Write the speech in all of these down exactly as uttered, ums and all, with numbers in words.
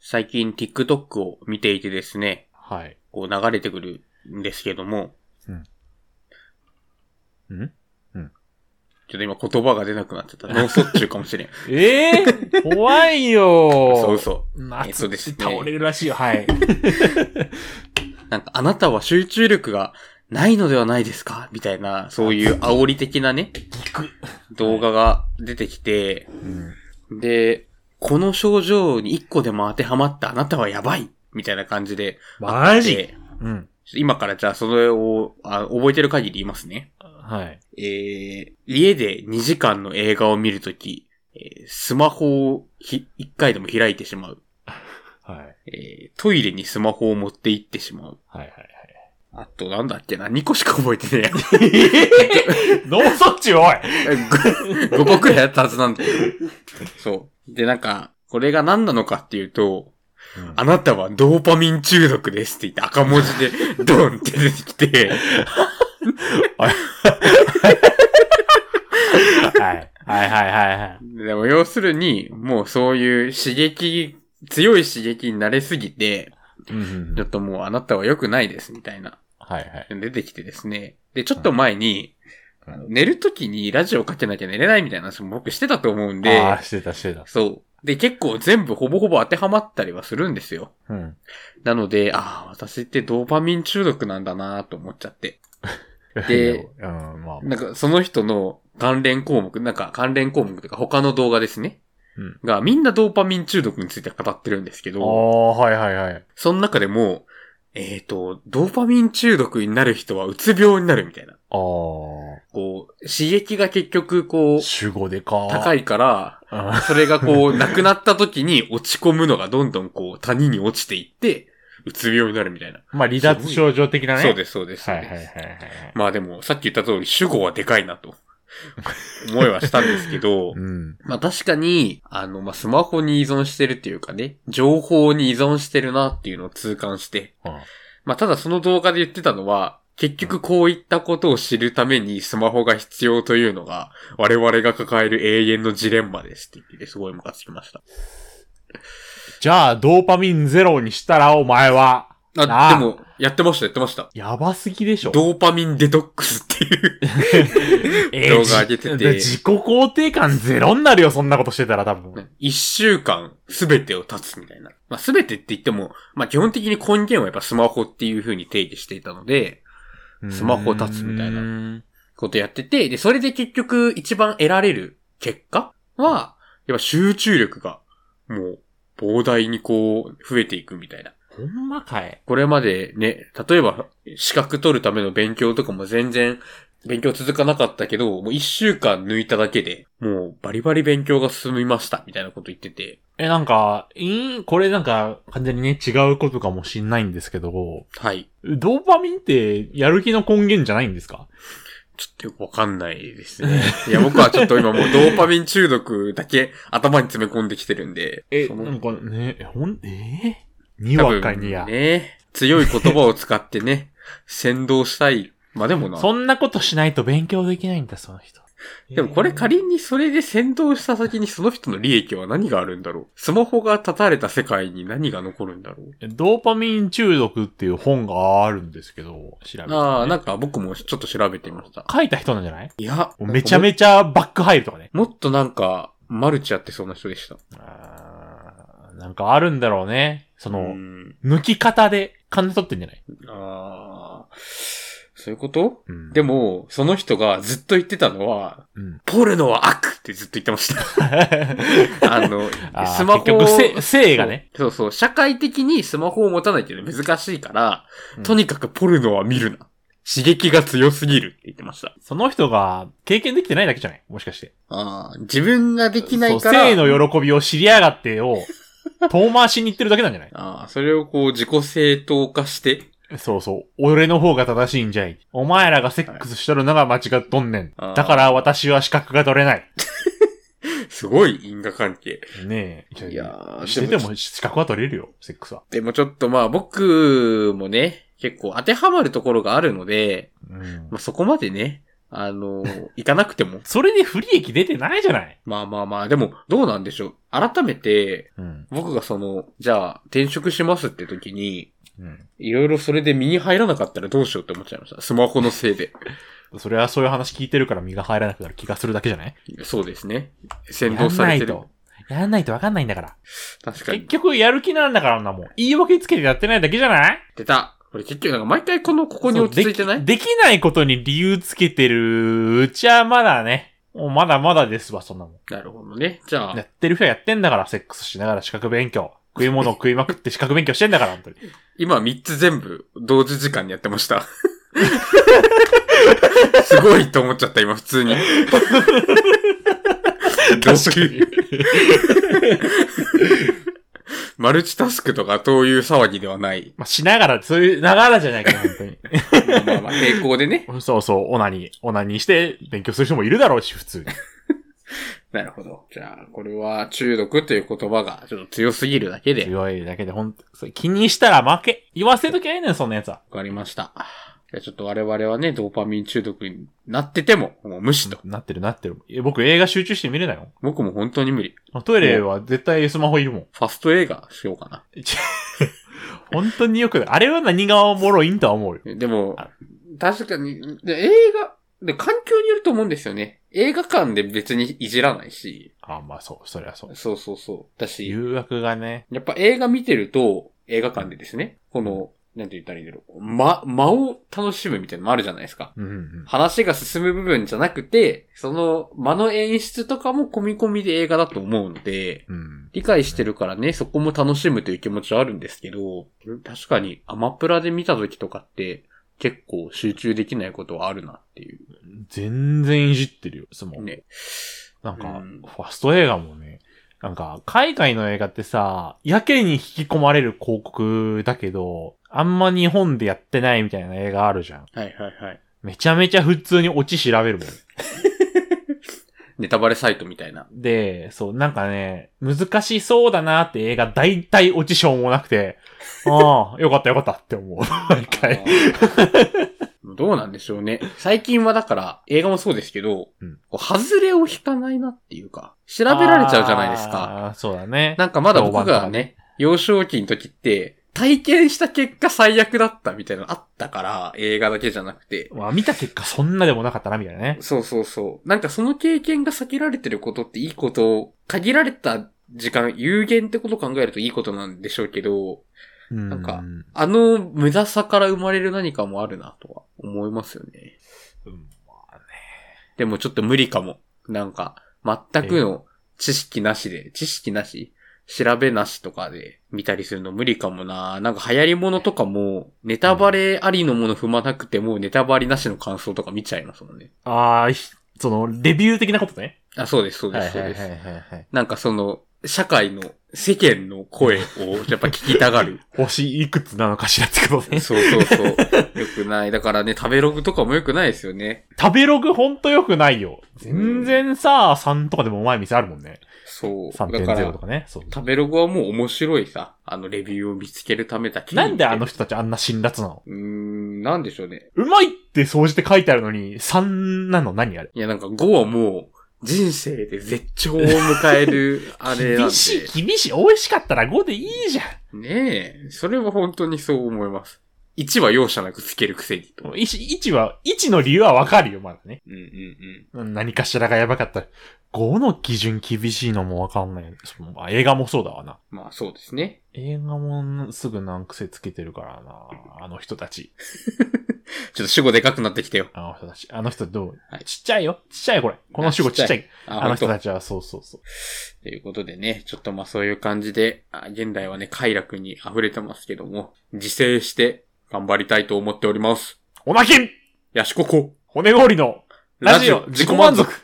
最近 TikTok を見ていてですね。 はい。 こう流れてくるんですけども。 うん。うんうん。 ちょっと今言葉が出なくなっちゃった。脳卒中かもしれん。 ええー、怖いよー。嘘嘘。 夏って倒れるらしいよ。はい。 なんかあなたは集中力がないのではないですかみたいな、そういう煽り的なね、動画が出てきて、うん、で、この症状に一個でも当てはまったあなたはやばいみたいな感じで。 マジ？うん。 今からじゃあそれをあ覚えてる限り言いますね。 はい。 えー、家でにじかんの映画を見るとき、えー、スマホをひいっかいでも開いてしまう。 はい。 えー、トイレにスマホを持って行ってしまう。 はいはいはい。 あとなんだっけな、にこしか覚えてねえ。脳卒中おいご, ごこくらいやったはずなんだけど。そう。で、なんか、これが何なのかっていうと、うん、あなたはドーパミン中毒ですって言って赤文字でドンって出てきて、 はい。はいはいはいはい。 でも要するに、もうそういう刺激、強い刺激に慣れすぎて、うんうん、ちょっともうあなたは良くないですみたいな。 はいはい。 出てきてですね。で、ちょっと前に、うん、あの寝るときにラジオかけなきゃ寝れないみたいな話も僕してたと思うんで。 ああ、してたしてた。 そう。で、結構全部ほぼほぼ当てはまったりはするんですよ。 うん。 なので、ああ、私ってドーパミン中毒なんだなと思っちゃって。で、うんまあ、なんかその人の関連項目、なんか関連項目というか他の動画ですね。うん、がみんなドーパミン中毒について語ってるんですけど。 ああ、はいはいはい。 その中でも、えっと、ドーパミン中毒になる人はうつ病になるみたいな。ああ。こう、刺激が結局こう、 主語でか。 高いから、それがこう、なくなった時に落ち込むのがどんどんこう、谷に落ちていって、うつ病になるみたいな。 まあ、離脱症状的なね。 そうです、そうです。はいはいはい、はい。まあでも、さっき言った通り、主語はでかいなと。思いはしたんですけど、うん、まあ確かに、あの、まあスマホに依存してるっていうかね、情報に依存してるなっていうのを痛感して、うん、まあただその動画で言ってたのは、結局こういったことを知るためにスマホが必要というのが、我々が抱える永遠のジレンマですって言ってて、すごいムカつきました。 じゃあ、ドーパミンゼロにしたら、お前は。 あ、でも、やってました、やってました。 やばすぎでしょ。 ドーパミンデトックスっていう動画上げてて、 自己肯定感ゼロになるよ、そんなことしてたら多分。 一週間すべてを断つみたいな。まあすべてって言っても、まあ基本的に根源はやっぱスマホっていう風に定義していたので、スマホを断つみたいなことやってて、で、それで結局一番得られる結果は、やっぱ集中力がもう膨大にこう増えていくみたいな。 ほんまかい。 これまでね、例えば資格取るための勉強とかも全然勉強続かなかったけど、もう一週間抜いただけで、もうバリバリ勉強が進みましたみたいなこと言ってて。 え、なんか、いん、これなんか完全にね、違うことかもしんないんですけど、 はい。 ドーパミンってやる気の根源じゃないんですか？ ちょっとよくわかんないですね。いや、僕はちょっと今もうドーパミン中毒だけ頭に詰め込んできてるんで。 え、なんかね、ほん、えーにわかにや。 ね、強い言葉を使ってね、先導したい。まあでもな。 そんなことしないと勉強できないんだ、その人。 でもこれ仮にそれで先導した先にその人の利益は何があるんだろう。スマホが断たれた世界に何が残るんだろう。 ドーパミン中毒っていう本があるんですけど、調べて、ね。 ああ、なんか僕もちょっと調べてみました。 書いた人なんじゃない？ いや。 めちゃめちゃバック入るとかね。 もっとなんか、マルチやってそうな人でした。 あなんかあるんだろうね。その、抜き方で金取ってんじゃない？ ああ。そういうこと、うん、でも、その人がずっと言ってたのは、うん、ポルノは悪ってずっと言ってました。あの、スマホを。 結局、性がねそう。そうそう。社会的にスマホを持たないっていうのは難しいから、うん、とにかくポルノは見るな。刺激が強すぎるって言ってました。 その人が経験できてないだけじゃない？もしかして。 ああ、自分ができないから。 性の喜びを知りやがってを、遠回しに言ってるだけなんじゃない？ ああ、それをこう自己正当化して。 そうそう。俺の方が正しいんじゃい。お前らがセックスしとるのが間違っとんねん。はい、だから私は資格が取れない。 すごい因果関係。 ねえ。 いやー、 してても資格は取れるよ、セックスは。 でもちょっとまあ僕もね、結構当てはまるところがあるので、うんまあ、そこまでね、 あの、行かなくても。 それで不利益出てないじゃない。 まあまあまあ、でも、どうなんでしょう。改めて、うん、僕がその、じゃあ、転職しますって時に、うん、いろいろそれで身に入らなかったらどうしようって思っちゃいました。スマホのせいで。 それはそういう話聞いてるから身が入らなくなる気がするだけじゃない？ そうですね。先導されてる。 やんないと。やんないとわかんないんだから。 確かに。 結局やる気なんだからなもん。言い訳つけてやってないだけじゃない？ 出た。これ結局なんか毎回このここに落ち着いてない？ で, できないことに理由つけてるうちはまだね。もうまだまだですわ、そんなもん。 なるほどね。じゃあ。 やってる人はやってんだから、セックスしながら資格勉強。食い物を食いまくって資格勉強してんだから、本当に。 今みっつ全部同時時間にやってました。すごいと思っちゃった、今普通に。どういうマルチタスクとかそういう騒ぎではない。 まあ、しながら、そういうながらじゃないかな、本当に。 まあまあまあ、並行でね。 そうそう、オナニー、オナニーして勉強する人もいるだろうし、普通に。 なるほど。じゃあ、これは中毒という言葉がちょっと強すぎるだけで。 強いだけで、ほんと、気にしたら負け。言わせときゃいいねん、そんなやつは。 わかりました。じゃあちょっと我々はね、ドーパミン中毒になってても、もう無視と。 なってるなってる。え、僕映画集中して見れないの？ 僕も本当に無理。 トイレは絶対スマホいるもん。 ファスト映画しようかな。 本当によくない。あれは何がおもろいんとは思うよ。 でも、確かに、で映画、で、環境によると思うんですよね。映画館で別にいじらないし。 ああ、まあそう、そりゃそう。 そうそうそう。だし。 誘惑がね。 やっぱ映画見てると、映画館でですね、この、なんて言ったらいいんだろう。間、間を楽しむみたいなのもあるじゃないですか。 うんうん、 話が進む部分じゃなくて、その間の演出とかも込み込みで映画だと思うので、うん、理解してるからね、そこも楽しむという気持ちはあるんですけど、確かにアマプラで見た時とかって、結構集中できないことはあるなっていう。 全然いじってるよ、その。ね。なんか、うん、ファスト映画もね、なんか、海外の映画ってさ、やけに引き込まれる広告だけど、あんま日本でやってないみたいな映画あるじゃん。 はいはいはい。 めちゃめちゃ普通にオチ調べるもん。 ネタバレサイトみたいな。 で、そう、なんかね、難しそうだなって映画大体オチしょうもなくて、ああ、よかったよかったって思う。毎回。 どうなんでしょうね。最近はだから映画もそうですけど、うん、こう外れを引かないなっていうか、調べられちゃうじゃないですか。 ああ、そうだね。 なんかまだ僕がね、幼少期の時って、体験した結果最悪だったみたいなのあったから、映画だけじゃなくて。 まあ見た結果そんなでもなかったなみたいなね。 そうそうそう。なんかその経験が避けられてることっていいことを、限られた時間、有限ってことを考えるといいことなんでしょうけど、なんか、あの無駄さから生まれる何かもあるなとは思いますよね。うん、まあね。でもちょっと無理かも。なんか、全くの知識なしで、知識なし調べなしとかで見たりするの無理かもな。なんか流行り物とかも、ネタバレありのもの踏まなくても、ネタバレなしの感想とか見ちゃいますもんね。 ああ、その、レビュー的なことね。 あ、そうです、そうです、そうです。なんかその、社会の、世間の声をやっぱ聞きたがる。 星いくつなのかしらってことね。 そうそうそう。よくない。だからね、食べログとかもよくないですよね。 食べログほんとよくないよ。全然さ、さんとかでもうまい店あるもんね。 そう。 さんてんゼロ とかね。そう。 食べログはもう面白いさ。あのレビューを見つけるためだけに。 なんであの人たちあんな辛辣なの？ うーん、なんでしょうね。 うまいって総じて書いてあるのに、さんなの何あれ？ いやなんかごはもう、人生で絶頂を迎える、あれなんで。厳しい、厳しい。美味しかったらごでいいじゃん。ねえ。それは本当にそう思います。いちは容赦なくつけるくせにと。 いちは、いちの理由はわかるよ、まだね。 うんうんうん。何かしらがやばかった。ごの基準厳しいのもわかんない。そのまあ、映画もそうだわな。 まあそうですね。 映画もすぐ難癖つけてるからな。あの人たち。 ちょっと主語でかくなってきてよ。 あの人たち。あの人どう、はい、ちっちゃいよ。ちっちゃいこれ。この主語ちっちゃい。あ, あの人たちはそうそうそう。 ということでね、ちょっとまあそういう感じで、現代はね、快楽に溢れてますけども、自制して頑張りたいと思っております。 おまきんやしここ骨氷のラジオ自己満足。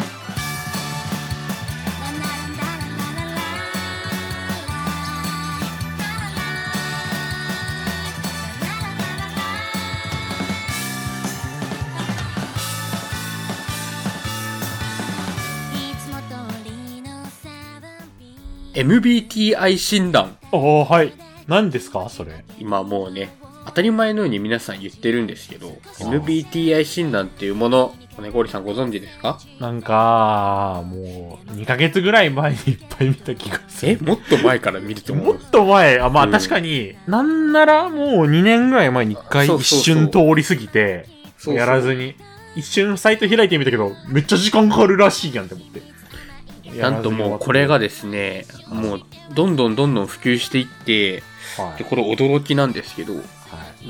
エムビーティーアイ 診断。 おー、はい。何ですかそれ。 今もうね、当たり前のように皆さん言ってるんですけど、エムビーティーアイ 診断っていうもの、 骨氷さんご存知ですか？ なんか、もう、にかげつぐらい前にいっぱい見た気がする。 え、もっと前から見ると思う。 もっと前、あ、まあ、うん、確かに、なんならもうにねんぐらい前にいっかい一瞬通り過ぎて、そうそうやらずに、一瞬サイト開いてみたけど、めっちゃ時間かかるらしいやんって思って。 なんともうこれがですね、もうどんどんどんどん普及していって、はい、でこれ驚きなんですけど、はい、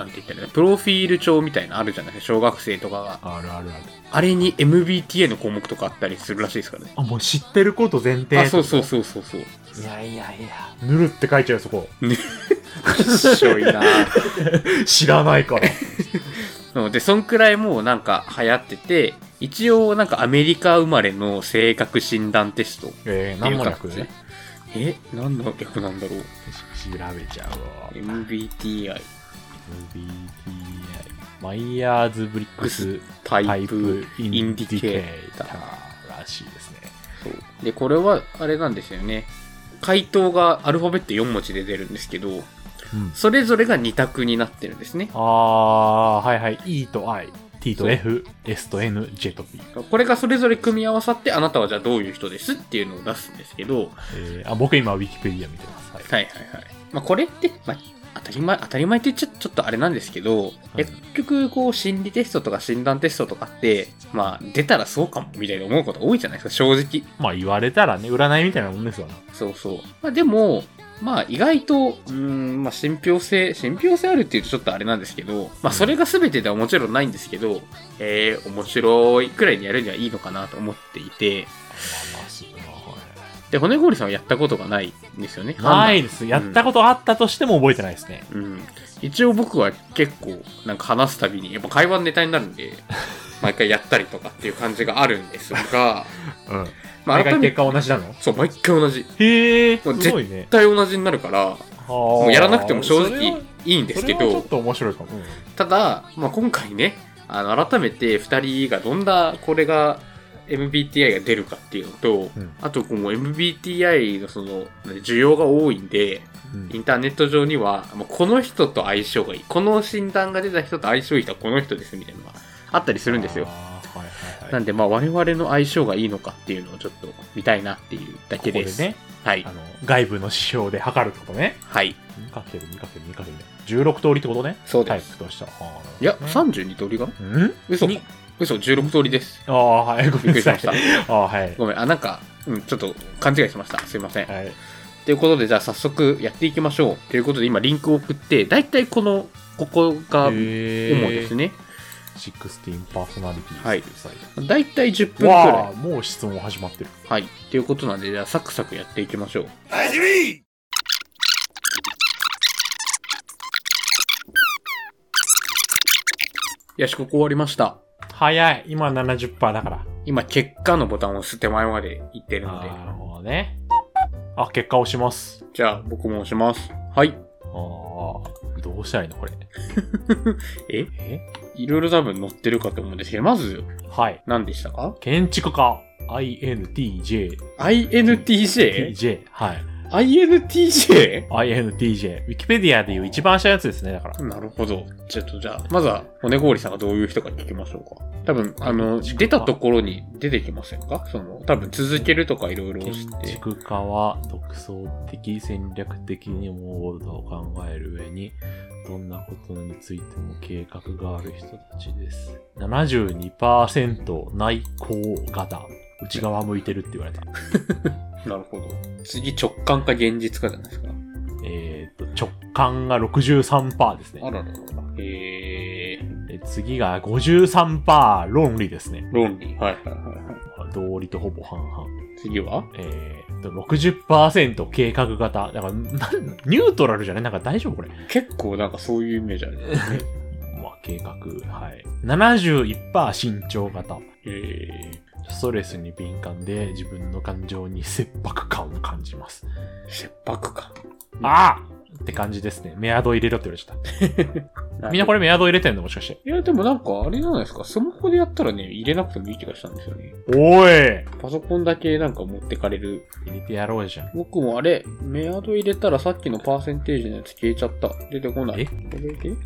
なんて言ったらいいの、プロフィール帳みたいなのあるじゃないですか、小学生とかが。 あるあるある。 あれに エムビーティーエー の項目とかあったりするらしいですからね。 あ、もう知ってること前提。 あ、そうそうそうそうそう。 いやいやいや、ぬるって書いちゃうそこ。 ね。きしょいな知らないから。 で、そんくらいもうなんか流行ってて、一応なんかアメリカ生まれの性格診断テスト。 えー、何の略ね。 え、何の略なんだろう。 調べちゃうわ。 エムビーティーアイ。エムビーティーアイ。マイヤーズブリックスタイプインディケーターらしいですね。 そう。で、これはあれなんですよね。回答がアルファベットよん文字で出るんですけど、うん、それぞれがに択になってるんですね。 ああ、はいはい。E と I、T と F、S と N、J と P。 これがそれぞれ組み合わさって、あなたはじゃあどういう人ですっていうのを出すんですけど、 えー、あ僕今ウィキペディア見てます。 はい、はいはいはい。まあこれって、まあ、当たり前、当たり前って言っちゃちょっとあれなんですけど、うん、結局こう心理テストとか診断テストとかって、まあ出たらそうかもみたいな思うこと多いじゃないですか、正直。 まあ言われたらね、占いみたいなもんですわな。 そうそう。まあでも、まあ意外と、うーん、まあ信憑性、信憑性あるって言うとちょっとあれなんですけど、まあそれが全てではもちろんないんですけど、うん、えー、面白いくらいにやるにはいいのかなと思っていて、まあまあそうで、骨氷さんはやったことがないんですよね。 ないです。やったことあったとしても覚えてないですね。 うん。一応僕は結構、なんか話すたびに、やっぱ会話のネタになるんで、毎回やったりとかっていう感じがあるんですが、 うん。まあ、毎回結果同じなの？ そう、毎回同じ。 へー、すごいね。 絶対同じになるから、もうやらなくても正直いいんですけど、 それはちょっと面白いかも。うん、 ただ、まあ今回ね、あの、改めて二人がどんな、これが、エムビーティーアイ が出るかっていうのと、うん、あとこう エムビーティーアイ のその需要が多いんで、うん、インターネット上にはこの人と相性がいい、この診断が出た人と相性いい人はこの人ですみたいなのがあったりするんですよ。はいはいはい、なんでまあ我々の相性がいいのかっていうのをちょっと見たいなっていうだけです。 ここでね、はい、あの外部の指標で測るってことね。 はい。 にかけるにかけるにかけるじゅうろく通りってことね。 そうです。 タイプとした。 いや、さんじゅうに通りが？ん？嘘か。嘘、じゅうろく通りです。 ああ、はい。ごめんなさい。 びっくりしました。あはい。 ごめん、あ、なんか、うん、ちょっと勘違いしました。すいません。 はい。 ということで、じゃあ早速やっていきましょう。ということで、今リンクを送って、だいたいこの、ここが主ですね。 じゅうろくパーソナリティはい。だいたいじゅっぷんくらい。 わあ、もう質問始まってる。 はい。ということなんで、じゃあサクサクやっていきましょう。始め！よし、ここ終わりました。 早い。今 ななじゅっパーセント だから。 今、結果のボタンを押す手前まで行ってるので。 なるほどね。あ、結果押します。 じゃあ、僕も押します。はい。 ああ、どうしたらいいのこれ。 ええいろいろ多分載ってるかと思うんですけど、まず、 はい。 何でしたか？ 建築家。アイエヌティージェー。 アイエヌティージェー？ ティージェー。はい。 アイエヌティージェー？ アイエヌティージェー。ウィキペディアでいう一番下のやつですね、だから。 なるほど。ちょっとじゃあ、まずは、骨氷さんがどういう人か聞きましょうか。多分、あの、出たところに出てきませんか？その、多分続けるとかいろいろ押して。 建築家は独創的、戦略的に物事を考える上に、どんなことについても計画がある人たちです。ななじゅうにパーセント 内向型。内側向いてるって言われた。 なるほど。次直感か現実かじゃないですか。 えっと、直感が ろくじゅうさんパーセント ですね。 あらららら。へー。次が ごじゅうさんパーセント 論理ですね。 論理。はいはいはいはい。 道理とほぼ半々。 次はえーっと、ろくじゅっパーセント 計画型。だから、ニュートラルじゃない？なんか大丈夫これ。 結構なんかそういうイメージあるね。 まあ、計画。はい。ななじゅういちパーセント 慎重型。 えー。 ストレスに敏感で自分の感情に切迫感を感じます。 切迫感。 ああって感じですね。メアド入れろって言われちゃった。みんなこれメアド入れてんのもしかして。 いや、でもなんかあれじゃないですか。スマホでやったらね、入れなくてもいい気がしたんですよね。 おいパソコンだけなんか持ってかれる。 入れてやろうじゃん。 僕もあれ、メアド入れたらさっきのパーセンテージのやつ消えちゃった。出てこない。 えこれで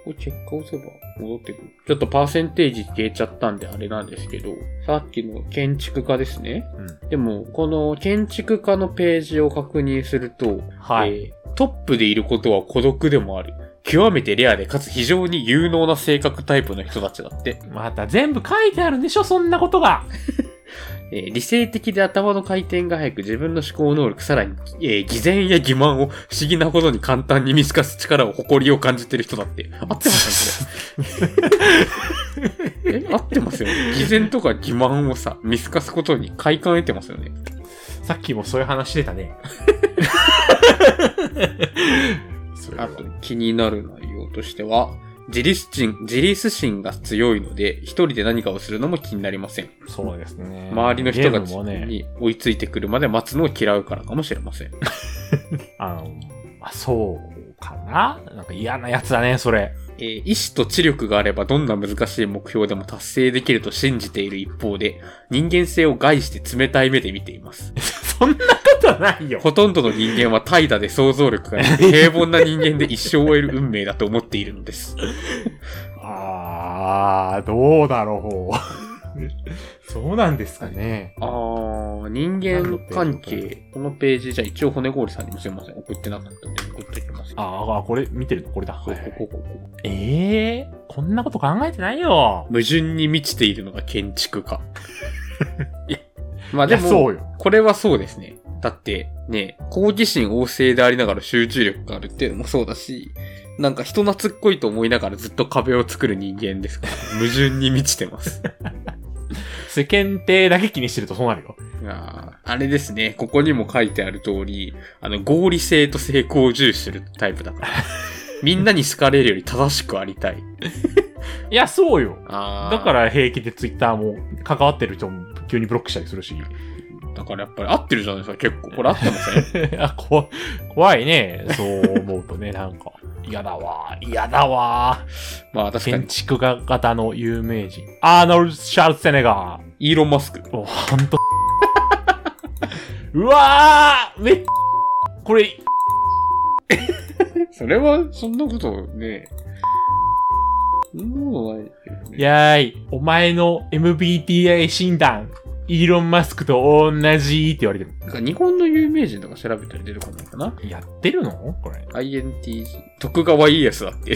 これ結果押せば戻ってくる。ちょっとパーセンテージ消えちゃったんであれなんですけど、さっきの建築家ですね。うん、でも、この建築家のページを確認すると、はい、えー、トップでいることは孤独でもある。極めてレアでかつ非常に有能な性格タイプの人たちだって。 また全部書いてあるんでしょ、そんなことが。 えー、理性的で頭の回転が速く自分の思考能力、さらに、えー、偽善や欺瞞を不思議なほどに簡単に見透かす力を誇りを感じてる人だって。合ってますかこれ。え合ってますよね。偽善とか欺瞞をさ、見透かすことに快感を得てますよね。 さっきもそういう話してたね。 あと気になる内容としては、自立心、自立心が強いので、一人で何かをするのも気になりません。 そうですね。 周りの人がに追いついてくるまで待つのを嫌うからかもしれません。 あの、まあ、そうかな？なんか嫌なやつだね、それ。 えー、意志と知力があればどんな難しい目標でも達成できると信じている一方で、人間性を害して冷たい目で見ています。 そんなことはないよ。 ほとんどの人間は怠惰で想像力がなく平凡な人間で一生を終える運命だと思っているのです。 あー、どうだろう。そうなんですかね。 あー、人間関係、このページじゃあ一応骨氷さんにもすいません、送ってなかったんで送っておきます。 あー、これ見てるのこれだ。そう、ここ、ここ。えー、こんなこと考えてないよ。 矛盾に満ちているのが建築家。いや、まあでも、そうよ。これはそうですね。だって、ね、好奇心旺盛でありながら集中力があるっていうのもそうだし、なんか人懐っこいと思いながらずっと壁を作る人間ですから、矛盾に満ちてます。 世間体だけ気にしてるとそうなるよ。 あ, あれですね。ここにも書いてある通り、あの、合理性と成功を重視するタイプだから。みんなに好かれるより正しくありたい。 いや、そうよ。あだから平気でツイッターも関わってる人も急にブロックしたりするし。 だからやっぱり合ってるじゃないですか、結構。これ合ってませんあこ怖いね。そう思うとね、なんか。嫌だわ。嫌だわ。 まあ確かに。 建築家型の有名人。アーノルド・シャルツェネガー。 イーロン・マスク。 お、ほんと。うわーめっこれ。 それは、そんなことね。そんなことないよね。 やーい。お前の エムビーティーアイ 診断。イーロン・マスクと同じって言われてる。 なんか日本の有名人とか調べたら出るかなかな。 やってるのこれ。 アイエヌティージー。徳川家康だって。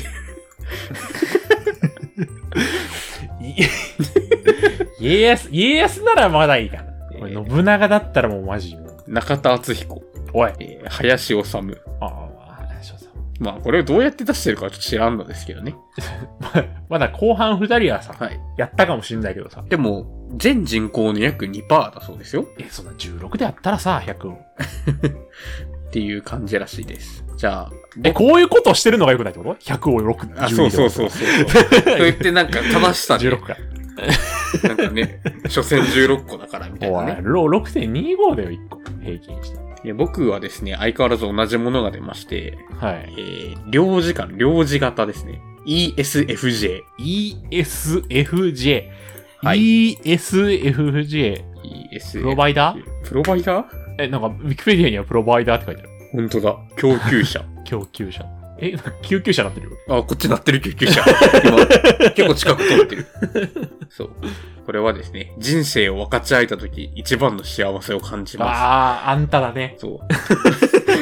家康、家康ならまだいいかな。これ信長だったらもうマジ。 中田敦彦。 おい。 えー、林修。ああ、林修。まあこれをどうやって出してるかちょっと知らんのですけどね。 まだ後半二人はさ、はい、やったかもしれないけどさ。 でも、全人口の約 にパーセント だそうですよ。 え、そんなじゅうろくでやったらさ、ひゃく。 っていう感じらしいです。じゃあ。 え、こういうことをしてるのが良くないってこと ?ひゃく をろく、じゅうにあ、そうそうそうそう。そう言ってなんか正しさで。 じゅうろくか。 なんかね、所詮じゅうろっこだからみたいなね。 おい、ろくてんにご だよ、いっこ。平均して。 いや、僕はですね、相変わらず同じものが出まして、 はい。 えー、領事館、領事型ですね。イーエスエフジェー。 イーエスエフジェー。はい。イーエスエフジェー。 イーエスエフジェー。 プロバイダープロバイダーえ、なんか、ウィキペディアにはプロバイダーって書いてある。 ほんとだ。供給者。 供給者。え、救急車なってるよ。 あ、こっちなってる救急車。今、結構近く通ってる。そう。これはですね、人生を分かち合えたとき、一番の幸せを感じます。 ああ、あんただね。 そう。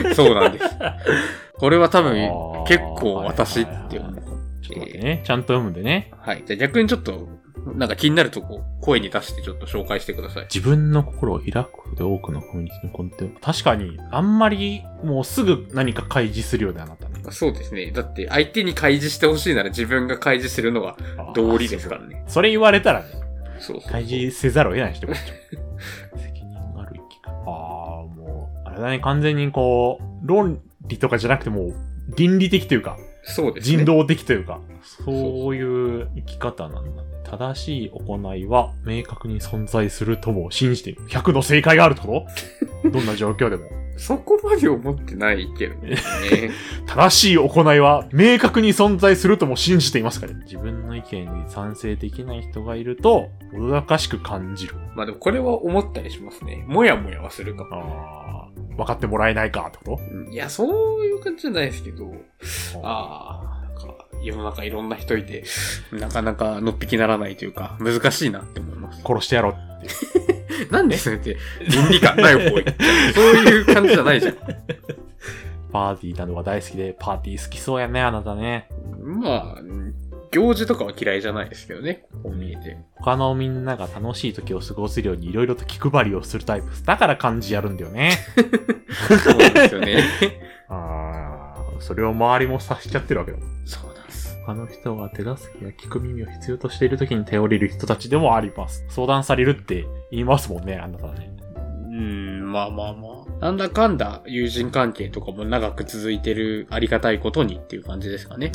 そうなんです。これは多分、結構私って思う。 ちょっと待ってね。ちゃんと読むんでね。 はい。じゃあ逆にちょっと、なんか気になるとこ、声に出してちょっと紹介してください。 自分の心を開くことで多くのコミュニティのコンテンツ。確かに、あんまり、もうすぐ何か開示するようではなったね。 そうですね。だって、相手に開示してほしいなら自分が開示するのが道理ですからね。 それ言われたらね。 そうそう。 開示せざるを得ない人もいる。責任ある生き方。ああ、もう、あれだね、完全にこう、論理とかじゃなくてもう、倫理的というか、 そうですね。 人道的というか、そういう生き方なんだね。正しい行いは明確に存在するとも信じている。ひゃくの正解があるってことどんな状況でも。 そこまで思ってないけどね。 正しい行いは明確に存在するとも信じていますからね。自分の意見に賛成できない人がいると、おどかしく感じる。 まあでもこれは思ったりしますね。もやもやはするかも。 ああ、分かってもらえないかってこと、 うん、いや、そういう感じじゃないですけど。ああ。い世の中いろんな人いて、なかなかのっぴきならないというか、難しいなって思います。 殺してやろうっていう。 なんでそれって倫理観ない方行っちゃう。そういう感じじゃないじゃん。 パーティーなどが大好きで、パーティー好きそうやね、あなたね。 まあ、行事とかは嫌いじゃないですけどね、こう見えて。 他のみんなが楽しい時を過ごせるようにいろいろと気配りをするタイプ。だから漢字やるんだよね。 そうなんですよね。 ああ、それを周りも察しちゃってるわけだ。 そうなんです。 他の人が手助けや聞く耳を必要としている時に頼れる人たちでもあります。相談されるって言いますもんね、あなたはね。 うーん、まあまあまあ。なんだかんだ友人関係とかも長く続いてるありがたいことにっていう感じですかね。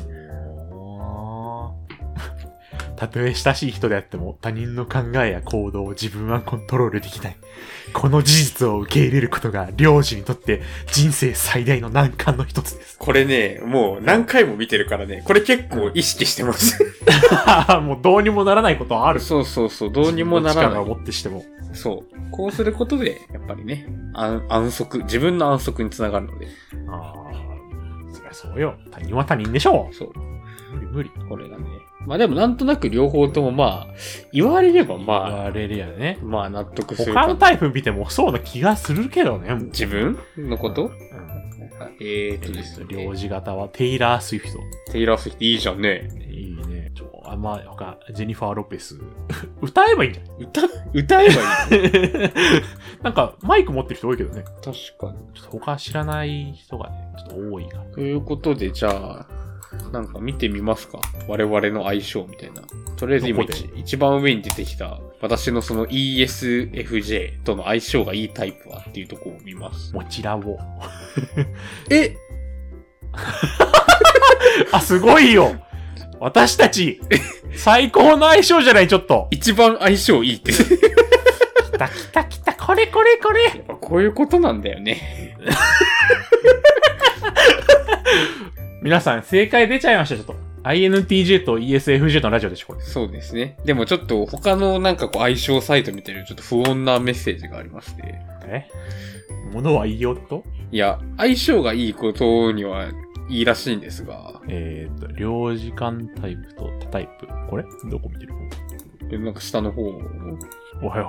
たとえ親しい人であっても他人の考えや行動を自分はコントロールできない。この事実を受け入れることが領事にとって人生最大の難関の一つです。 これね、もう何回も見てるからね、これ結構意識してます。 もうどうにもならないことはある。 そうそうそう、どうにもならない。 力を持ってしても。 そう。こうすることで、やっぱりね、安、安息、自分の安息につながるので。 ああ、そりゃそうよ。他人は他人でしょう。 そう。 無理無理。 これがね。まあでもなんとなく両方ともまあ、言われればまあ。 言われるやね。 まあ納得する。 他のタイプ見てもそうな気がするけどね。 自分のこと、うんうん、えーとですね。 領事型はテイラー・スウィフト。 テイラー・スウィフトいいじゃんね。 いいね。ちょ、あんま、他、ジェニファー・ロペス。歌えばいいんじゃん。 歌、歌えばいいのなんか、マイク持ってる人多いけどね。 確かに。 ちょっと他知らない人がね、ちょっと多いから。 ということで、じゃあ、なんか見てみますか。我々の相性みたいな。とりあえず今一番上に出てきた私のその イーエスエフジェー との相性がいいタイプはっていうところを見ます。 こちらを。 えあ、すごいよ。私たち、最高の相性じゃない、ちょっと。 一番相性いいって。 来た来た来た、これこれこれ。やっぱこういうことなんだよね。 皆さん、正解出ちゃいました、ちょっと。アイエヌティージェー と イーエスエフジェー のラジオでしょ、これ。 そうですね。でもちょっと他のなんかこう相性サイト見てるちょっと不穏なメッセージがありまして。 え物はいいよといや、相性がいいことにはいいらしいんですが。 えーっと、領事館タイプと他タイプ。これどこ見てるえ、なんか下の方。おいおい。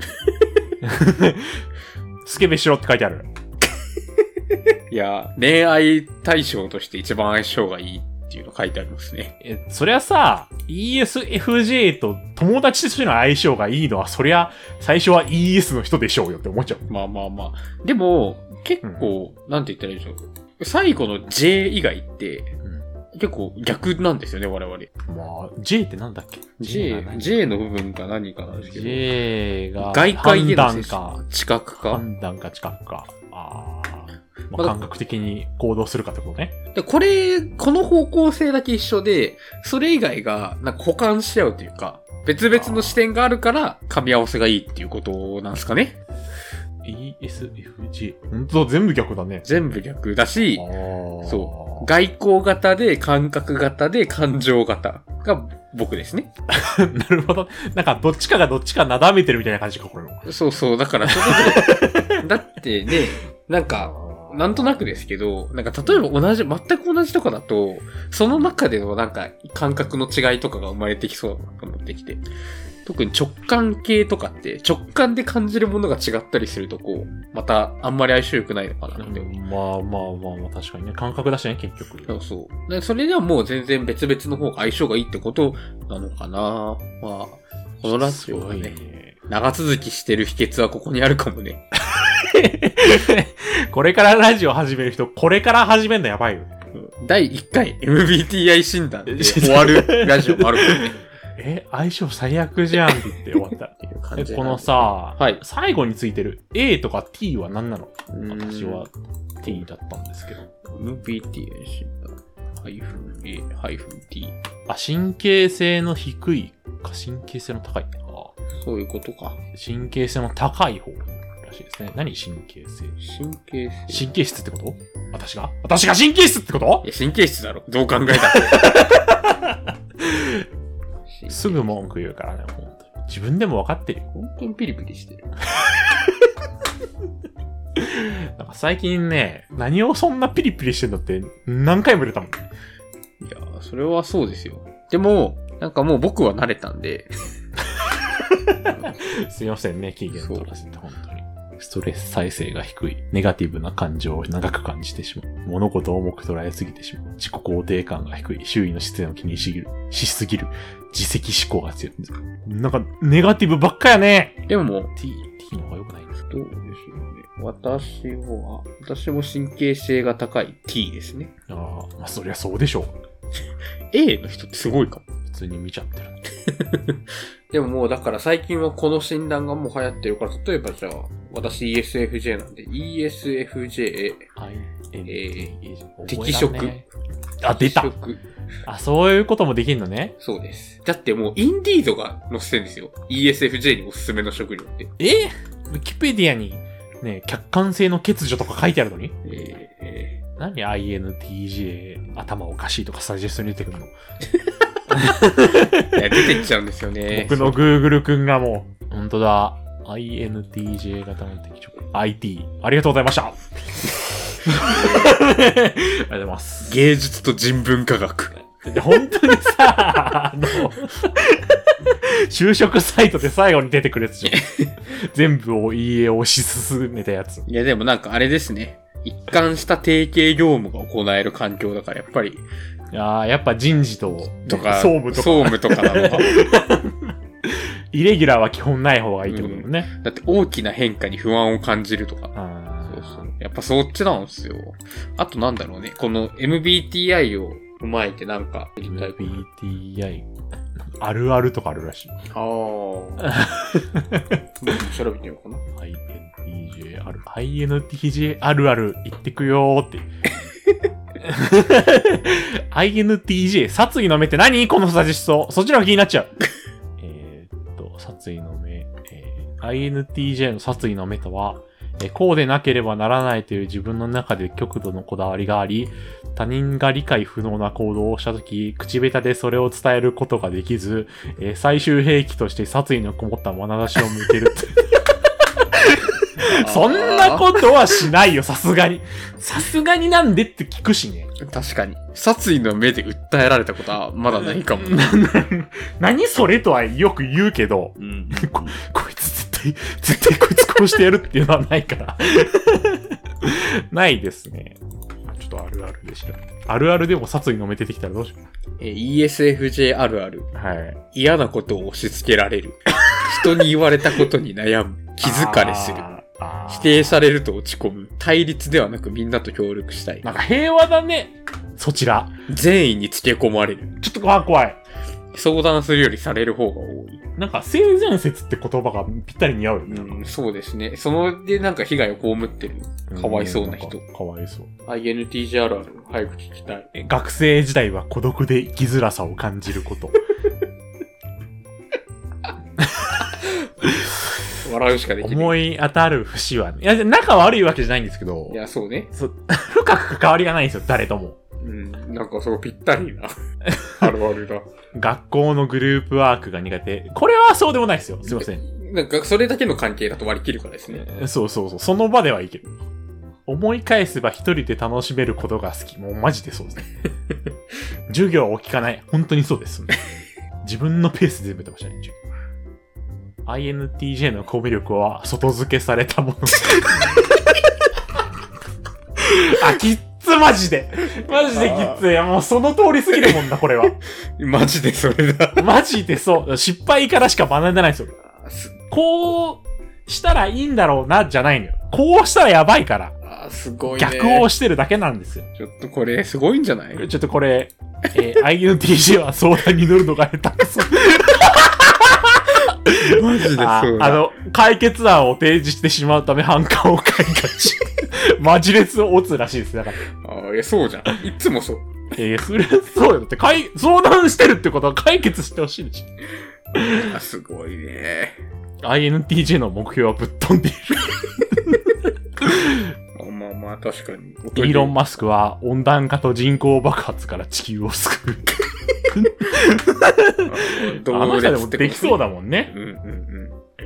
スケベしろって書いてある。 いや、恋愛対象として一番相性がいいっていうの書いてありますね。 え、そりゃさ、イーエスエフジェー と友達としての相性がいいのは、そりゃ、最初は イーエス の人でしょうよって思っちゃう。 まあまあまあ。でも、結構、うん、なんて言ったらいいでしょう。最後の J 以外って、うん、結構逆なんですよね、我々。 まあ、J ってなんだっけ ?J、J の部分か何かなんですけど。 J が、 外界での判断か、 知覚か。 判断か知覚か。ああ。まあ、感覚的に行動するかってことね。 で、これ、この方向性だけ一緒で、それ以外が、なんか補完し合うというか、別々の視点があるから、噛み合わせがいいっていうことなんですかね。 イーエスエフジェー。ほんとだ、全部逆だね。 全部逆だし、そう。外交型で、感覚型で、感情型が僕ですね。 なるほど。なんか、どっちかがどっちかなだめてるみたいな感じか、これも。 そうそう。だから、それで、だってね、なんか、なんとなくですけど、なんか例えば同じ、全く同じとかだと、その中でのなんか感覚の違いとかが生まれてきそうだなと思ってきて。特に直感系とかって直感で感じるものが違ったりするとこう、またあんまり相性良くないのかなって、うん。 まあまあまあまあ確かにね。感覚だしね、結局。 そうそう。でそれではもう全然別々の方が相性がいいってことなのかな。まあ、このラジオがね、ね長続きしてる秘訣はここにあるかもね。 これからラジオ始める人、これから始めんのやばいよ。 だいいっかい エムビーティーアイ 診断で終わるラジオもあるからね。 え、相性最悪じゃんって言って終わったっていう感じ。このさ、 はい、 最後についてる A とか T は何なの？私は T だったんですけど。 エムビーティーアイ 診断。ハイフン A、ハイフン T。 あ、神経性の低いか、神経性の高い。ああ、 そういうことか。 神経性の高い方。らしいですね。何神経性？ 神経性神経質ってこと？私が私が神経質ってこと？ いや、神経質だろ。どう考えたら。 すぐ文句言うからね、ほんとに。自分でも分かってるよ。 本当にピリピリしてる。 なんか最近ね、何をそんなピリピリしてんのって何回も入れたもんね。 いや、 それはそうですよ。でも、なんかもう僕は慣れたんで。 すいませんね、期限取らせて、本当に。ストレス再生が低い。ネガティブな感情を長く感じてしまう。物事を重く捉えすぎてしまう。自己肯定感が低い。周囲の視線を気にしぎる。しすぎる。自責思考が強い。なんか、ネガティブばっかやね。 でも、 T、T の方が良くないんですか？ どうでしょうね。私は、私も神経性が高い T ですね。 ああ、まあそりゃそうでしょう。 A の人ってすごいかも。 普通に見ちゃってる。 でももうだから最近はこの診断がもう流行ってるから、例えばじゃあ、私 イーエスエフジェー なんで、イーエスエフジェー、えー、適職。 あ、出た。あ、そういうこともできんのね。 そうです。だってもうインディードが載せてるんですよ。イーエスエフジェー におすすめの職業って。 えウィキペディアにね、客観性の欠如とか書いてあるのにえー、えー、何 アイエヌティージェー 頭おかしいとかサジェストに出てくるのいや、出てきちゃうんですよね。 僕の Google くんがもう、ほんとだ。アイエヌティージェー 型の適職。アイティー。ありがとうございました。ありがとうございます。 芸術と人文科学。 本当にさ、あの、就職サイトで最後に出てくるやつじゃん。全部をいいえ推し進めたやつ。 いやでもなんかあれですね。一貫した定型業務が行える環境だからやっぱり。いやーやっぱ人事と、 とか、 総務とか。 総務とかなのか。 イレギュラーは基本ない方がいいってことだよね、 うん。だって大きな変化に不安を感じるとか。 あそうそう。やっぱそっちなんですよ。あとなんだろうね。この エムビーティーアイ を踏まえてなんか。 エムビーティーアイ。あるあるとかあるらしい。 ああ。調べてみようかな。 アイエヌティージェー ある。アイエヌティージェー あるある言ってくよーって。アイエヌティージェー 殺意の目って何このサジェスト。そっちの方が気になっちゃう。えっと、殺意の目。えー、アイエヌティージェー の殺意の目とは、えー、こうでなければならないという自分の中で極度のこだわりがあり、他人が理解不能な行動をしたとき、口下手でそれを伝えることができず、えー、最終兵器として殺意のこもった眼差しを向ける。そんなことはしないよ、さすがに。さすがになんでって聞くしね。 確かに。殺意の目で訴えられたことはまだないかも。 何それとはよく言うけど、うん、こ, こいつ絶対、絶対こいつ殺してやるっていうのはないから。ないですね。ちょっとあるあるでした。あるあるでも殺意の目出てきたらどうしよう。 え、イーエスエフジェー あるある。 はい。 嫌なことを押し付けられる。人に言われたことに悩む。気疲れする。否定されると落ち込む。対立ではなくみんなと協力したい。 なんか平和だね。そちら。 善意につけ込まれる。 ちょっと怖い怖い。 相談するよりされる方が多い。 なんか性善説って言葉がぴったり似合うよね。 うん、そうですね。そのでなんか被害を被ってる。かわいそうな人。 かわいそう。 アイエヌティージェー あるある。早く聞きたい。 学生時代は孤独で生きづらさを感じること。 笑うしかできない。 思い当たる節はね。いや、仲悪いわけじゃないんですけど。 いや、そうね。 そ深く関わりがないんですよ、誰とも。 うん、なんかそうぴったりな。あるあるだ。 学校のグループワークが苦手。これはそうでもないですよ。すいません。 なんか、それだけの関係だと割り切るからですね。 そうそうそう。その場ではいいけど。思い返せば一人で楽しめることが好き。もうマジでそうですね。授業を聞かない。本当にそうです。自分のペースで全部やってましたね。アイエヌティージェー のコミュ力は外付けされたもの。あ、きっつマジで。マジできっつい。いや、もうその通りすぎるもんな、これは。 マジでそれだ。 マジでそう。失敗からしか学んでないんですよ。こうしたらいいんだろうな、じゃないのよ。こうしたらやばいから。 あ、すごいね。 逆をしてるだけなんですよ。 ちょっとこれ、すごいんじゃない？ ちょっとこれ、えー、アイエヌティージェー は相談に乗るのが下手くそ。 マジでそうだ。 あの、解決案を提示してしまうため反感を買いがち。マジレスを打つらしいです。だから。 ああ、いや、そうじゃん。いつもそう。 えー、それ、そうよ。だって、解、相談してるってことは解決してほしいでしょ。すごいね。 アイエヌティージェー の目標はぶっ飛んでいる。 まあまあ、確かに。 イーロン・マスクは温暖化と人口爆発から地球を救う。あの人でもできそうだもんね。 うんうんうん、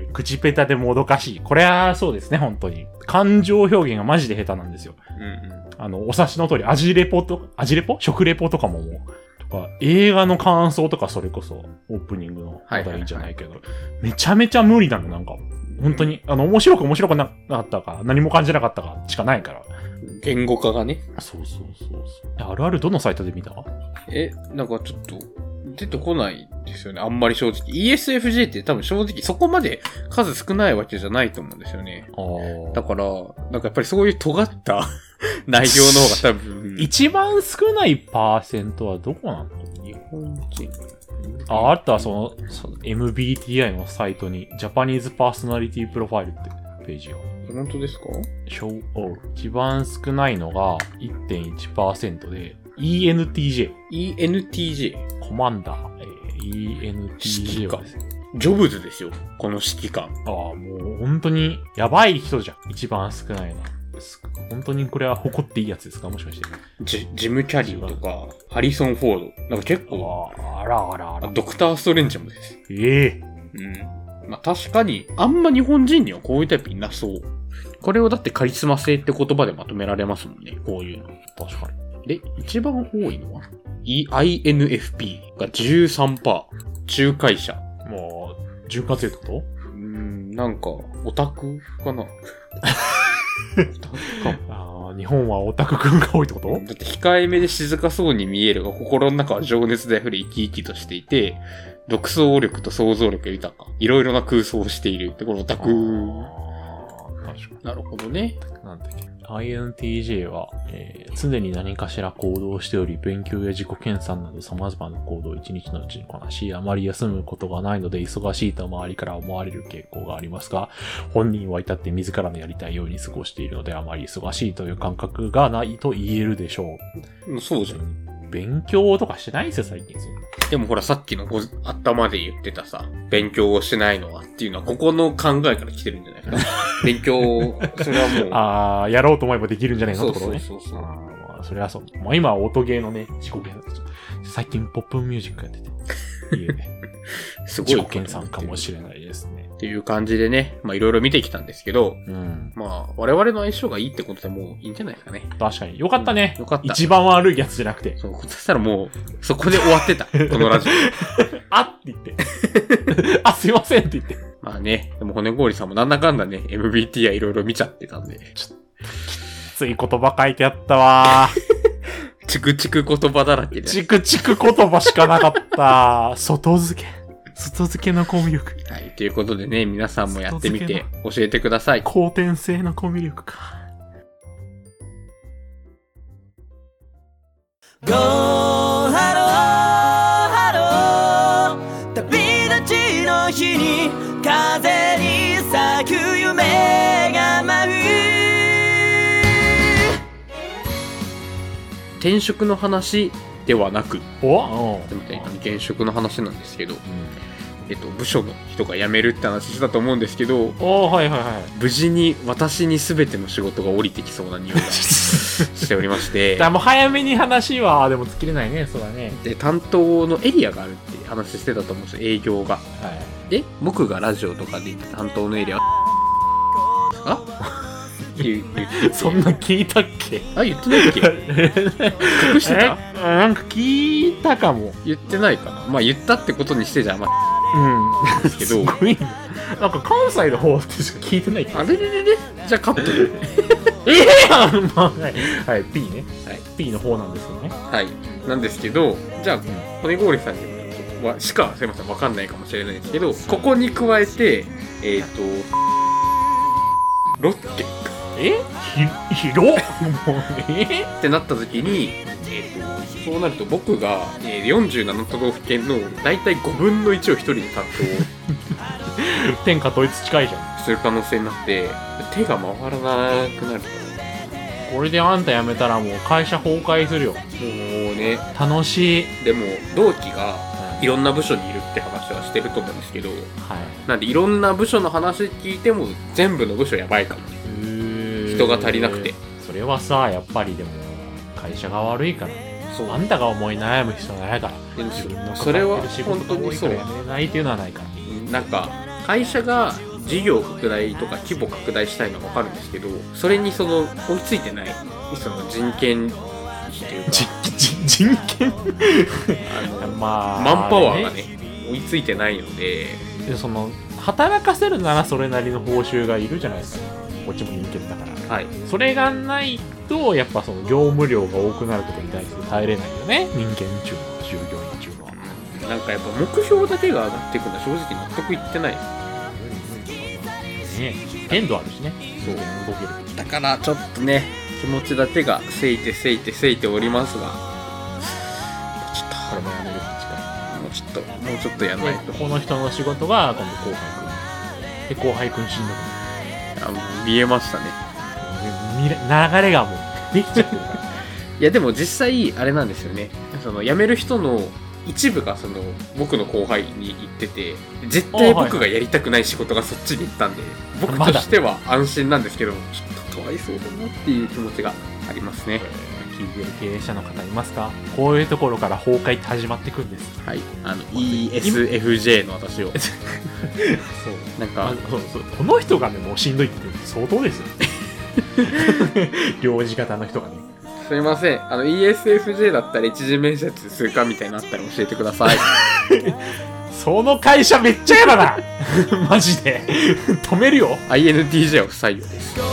口ペタでもどかしい。これはそうですね、本当に。感情表現がマジで下手なんですよ。 うんうん、 あの、お察しの通り、味レポと、味レポ食レポとかももう、 映画の感想とかそれこそオープニングの話題じゃないけど、はいはいはい、めちゃめちゃ無理なの。なんか本当にあの面白く面白くなかったか何も感じなかったかしかないから。 言語化がね。 そうそうそうそう。あるあるどのサイトで見た？ え、なんかちょっと出てこないですよね。あんまり正直。イーエスエフジェー って多分正直そこまで数少ないわけじゃないと思うんですよね。あだから、なんかやっぱりそういう尖った内容の方が多分。 一番少ないパーセントはどこなの？ 日本人。 あ、あとはその、その エムビーティーアイ のサイトにジャパニーズパーソナリティプロファイルってページが。 本当ですか？ Show all。一番少ないのが いってんいちパーセント で イーエヌティージェー。 イーエヌティージェー。 コマンダー。えー、イーエヌティージェー はですね。 ジョブズですよ。この指揮官。 ああ、もう本当にやばい人じゃん。一番少ないの。本当にこれは誇っていいやつですか？もしかして。 ジ, ジム・キャリーとか、ハリソン・フォード。なんか結構。 あらあらあら。 ドクター・ストレンジもです。 ええー。うん。まあ確かに、あんま日本人にはこういうタイプいなそう。これをだってカリスマ性って言葉でまとめられますもんね。こういうの。 確かに。で、一番多いのは アイエヌエフピー が じゅうさんパーセント。仲介者。 もう、潤滑油ってこと？ うーん、なんか、オタクかな。 あ日本はオタクくんが多いってこと？ だって控えめで静かそうに見えるが心の中は情熱で溢れ生き生きとしていて、独創力と想像力が豊か。いろいろな空想をしている。ってこのオタク。なるほどね。 なんだっけ。アイエヌティージェー は、えー、常に何かしら行動しており、勉強や自己研鑽など様々な行動を一日のうちにこなし、あまり休むことがないので忙しいと周りから思われる傾向がありますが、本人は至って自らのやりたいように過ごしているので、あまり忙しいという感覚がないと言えるでしょう。そうじゃん。 勉強とかしてないんですよ、最近。 でもほら、さっきの頭で言ってたさ、勉強をしないのはっていうのは、ここの考えから来てるんじゃないかな。勉強、それはもう。 ああ、やろうと思えばできるんじゃないのってことね。 そうそうそうそう。あまあ、それはそう。まあ今は音ゲーのね、自己研鑽。最近ポップミュージックやってて。家で。すごい。自己研鑽かもしれないですね。 っていう感じでね、まあいろいろ見てきたんですけど、 うん、 まあ我々の相性がいいってことでもういいんじゃないですかね。 確かに。よかったね。 うん、よかった。 一番悪いやつじゃなくて。 そう、そしたらもう、そこで終わってた。このラジオ。 あって言って。あ、すいませんって言って。 まあね、でも骨氷さんもなんだかんだね、エムビーティー はいろいろ見ちゃってたんで。 ちょっと、きつい言葉書いてあったわー。チクチク言葉だらけで。 チクチク言葉しかなかった。外付け。外付けのコミュ力。 はい。ということでね、皆さんもやってみて教えてください。 後天性のコミュ力か。Go, ハロー、ハロー。旅立ちの日に風に咲く夢が舞う。 転職の話ではなく、 おみたいな現職の話なんですけど、うん、えっと、部署の人が辞めるって話したと思うんですけど、 おはいはいはい。 無事に私に全ての仕事が降りてきそうな匂いがしておりまして。 だもう早めに話は、でも尽きれないね、そうだね。 で、担当のエリアがあるって話してたと思うんですよ、営業が。はい。で、僕がラジオとかで言って担当のエリアですか言ってそんな聞いたっけ？ あ、言ってないっけ？隠してた？ なんか聞いたかも。 言ってないかな。まあ言ったってことにしてじゃあまあ、うん。ですけど。 すごい。なんか関西の方ってしか聞いてないっけ？ あれれれれじゃあカットで。 ええー、まあ、はい。はい、P ね。はい。P の方なんですけどね。 はい。なんですけど、じゃあ、骨氷さんにはしか、すいません、わかんないかもしれないですけど、ここに加えて、えっと、ロッテ。 えひ、広っもうえってなった時に、えー、とそうなると僕が、えー、よんじゅうなな都道府県の大体ごぶんのいちを一人で担当天下統一近いじゃんする可能性になって手が回らなくなると。 これであんた辞めたらもう会社崩壊するよ。もうね、 楽しい。 でも同期がいろんな部署にいるって話はしてると思うんですけど、はい、なんでいろんな部署の話聞いても全部の部署やばいかもね。人が足りなくて。 それはさ、やっぱりでも会社が悪いから。そう。あんたが思い悩む必要ないから。自分のそれは本当にそう。 やめないっていうのはないから。 なんか会社が事業拡大とか規模拡大したいのは分かるんですけど、それにその追いついてないその人権費というか人人権あの、まあ、マンパワーがね、追いついてないので、 でその、働かせるならそれなりの報酬がいるじゃないですか。こっちも人間だから。 はい。 それがないと、やっぱその業務量が多くなることに対して耐えれないよね。人間中の従業員中の。 なんかやっぱ目標だけが上がっていくのは正直納得いってない。 ね、限度あるしね。そう動ける。 だからちょっとね、気持ちだけがせいてせいてせいておりますが、もうちょっとこれもやめるしかもうちょっともうちょっとやんないと。 この人の仕事が今度後輩くん。で後輩くんしんどくなる。あ、もう見えましたね。 流れがもうできちゃってるから。 いやでも実際あれなんですよね。その辞める人の一部がその僕の後輩に行ってて、絶対僕がやりたくない仕事がそっちに行ったんで、僕としては安心なんですけど、ちょっとかわいそうだなっていう気持ちがありますね。 聞いてる経営者の方いますか？こういうところから崩壊って始まってくんです。 はい。あの イーエスエフジェー の私を。そう。なんか、 そうそう。この人がねもうしんどいって相当ですよ。領事型の人がね。 すいません。あの イーエスエフジェー だったら一次面接するかみたいなのあったら教えてください。 その会社めっちゃやだな。マジで。止めるよ。 アイエヌティージェー は不採用です。